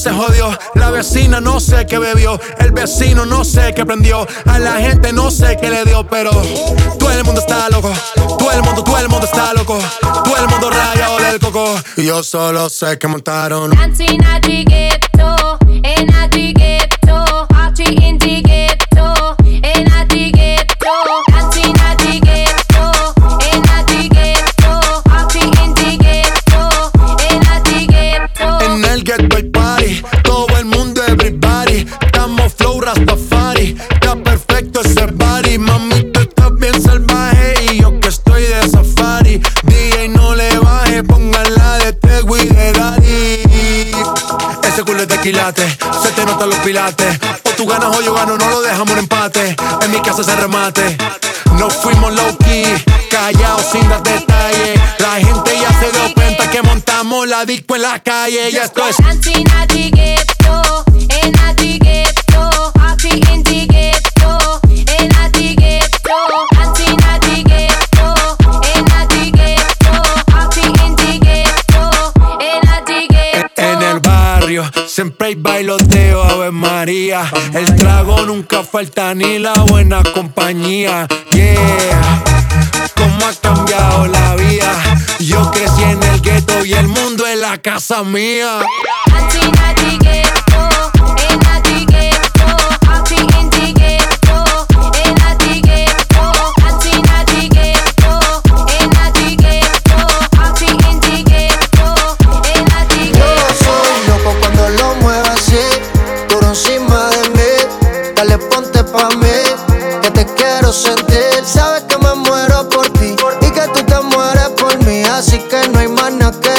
se jodió. La vecina no sé qué bebió. El vecino no sé qué prendió. A la gente no sé qué le dio, pero todo el mundo está loco. Todo el mundo, todo el mundo está loco. Todo el mundo rayado del coco. Y yo solo sé que montaron. Dancing at the ghetto, in at the ghetto, party in the ghetto, in at the ghetto, dancing at the ghetto, in at the ghetto, party in the ghetto, in at the ghetto. En el ghetto hay party, todo el mundo everybody. Estamos flow Rastafari, está perfecto ese body. Mami, tú estás bien salvaje y yo que estoy de safari. D J no le baje, póngala de Tego y de Daddy. Ese culo es de quilate, se te notan los pilates. O tú ganas o yo gano, no lo dejamos en empate. En mi casa se remate. No fuimos low key, callados sin dar detalles. La gente ya se dio cuenta que montamos la disco en la calle. Y esto es Dancing at the ghetto, in at the ghetto, party in the ghetto, in at the ghetto, dancing at the ghetto, in at the ghetto, party in the ghetto, in at the ghetto. En el barrio siempre hay bailoteo, Ave María. El trago nunca falta ni la buena compañía. Yeah, cómo ha cambiado la vida. Yo crecí en el gueto y el mundo es la casa mía. Dancing at the ghetto, in at the ghetto, party in the ghetto, in at the ghetto, dancing at the ghetto, in at the ghetto, party in the ghetto, in at the ghetto. Yo soy loco cuando lo muevo así, duro encima de mí. Dale, ponte pa' mí, que te quiero sentir. Sabes que me muero por ti y que tú te mueres por mí, así que no hay más nada que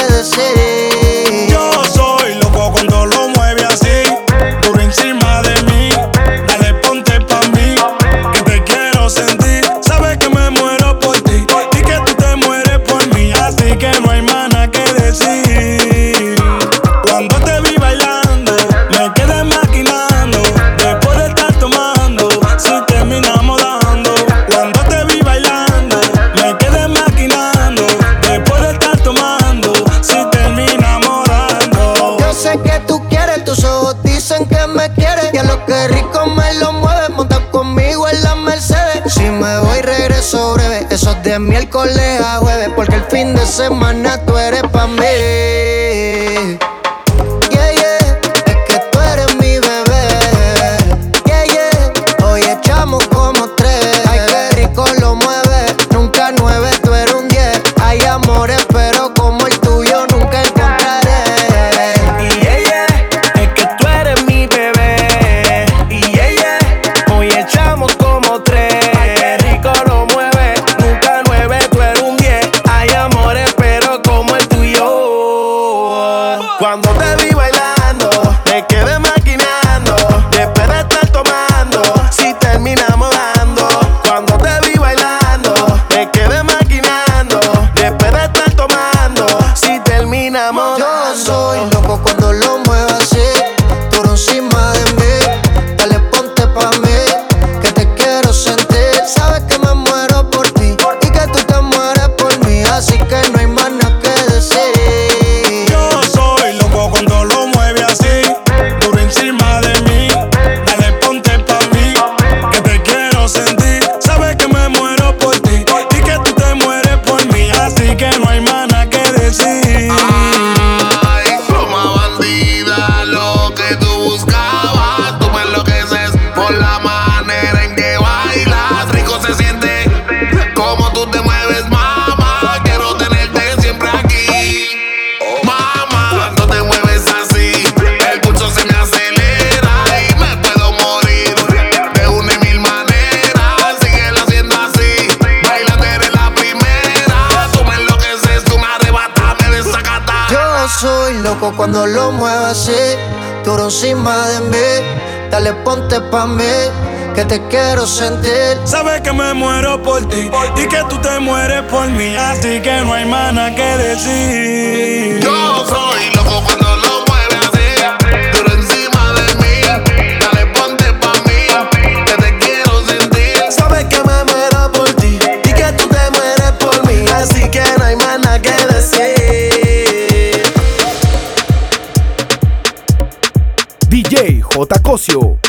decir. Yo soy loco cuando lo mueve así, duro encima de mí. Dale, ponte pa' mí, que te quiero sentir. Sabes que me muero por ti y que tú te mueres por mí, así que no hay más nada que decir. Cuando te vi bailando, me quedé maquinando. Después de estar tomando, si terminamos dando. Cuando te vi bailando, me quedé maquinando. Después de estar tomando, si terminamos dando. Yo sé que tú quieres, tus ojos dicen que me quieres. Y a lo que rico me lo mueves, monta conmigo en la Mercedes. Si me voy regreso breve, eso es de miércoles a jueves, porque el fin de semana tú eres pa' mí. Yeah, yeah, es que tú eres mi bebé. Yeah, yeah, hoy echamos como tres. Ay, qué rico lo mueve, nunca nueve, tú eres un diez. Hay amores, pero como el tuyo nunca encontraré. Y yeah, yeah, es que tú eres mi bebé. Y yeah, yeah, hoy echamos como tres. Ay, qué rico lo mueve, nunca nueve, tú eres un diez. Hay amores, pero como el tuyo. Cuando te vi bailando, me quedé maquinando. Después de estar tomando, si terminamos dando. Cuando te vi bailando, me quedé maquinando. Después de estar tomando, si terminamos Yo dando. soy loco cuando lo muevo así, duro encima de mí. Dale, ponte pa' mí, que te quiero sentir. Sabes que me muero por ti y que tú te mueres por mí, así que no hay más nada que decir. Yo soy loco cuando lo mueve así, duro encima de mí. Dale, ponte pa' mí, que te quiero sentir. Sabes que me muero por ti y que tú te mueres por mí, así que no hay más nada que decir. Ay, pluma bandida, lo que tú buscabas. Tú me enloqueces por la manera en que bailas. Rico se siente como tú te mueves, mamá. Quiero tenerte siempre aquí, mamá. Cuando te mueves así, el pulso se me acelera y me puedo morir de una y mil maneras. Síguelo haciendo así, bailando eres la primera. Tú me enloqueces, tú me arrebatas, me desacatas. Yo soy loco cuando lo muevo así, duro encima de mí. Dale, ponte pa' mí, que te quiero sentir. Sabes que me muero por ti y que tú te mueres por mí, así que no hay más nada que decir. Yo soy loco cuando lo mueve así, duro encima de mí. Dale, ponte pa' mí, que te quiero sentir. Sabes que me muero por ti y que tú te mueres por mí, así que no hay más nada que decir. Cosio.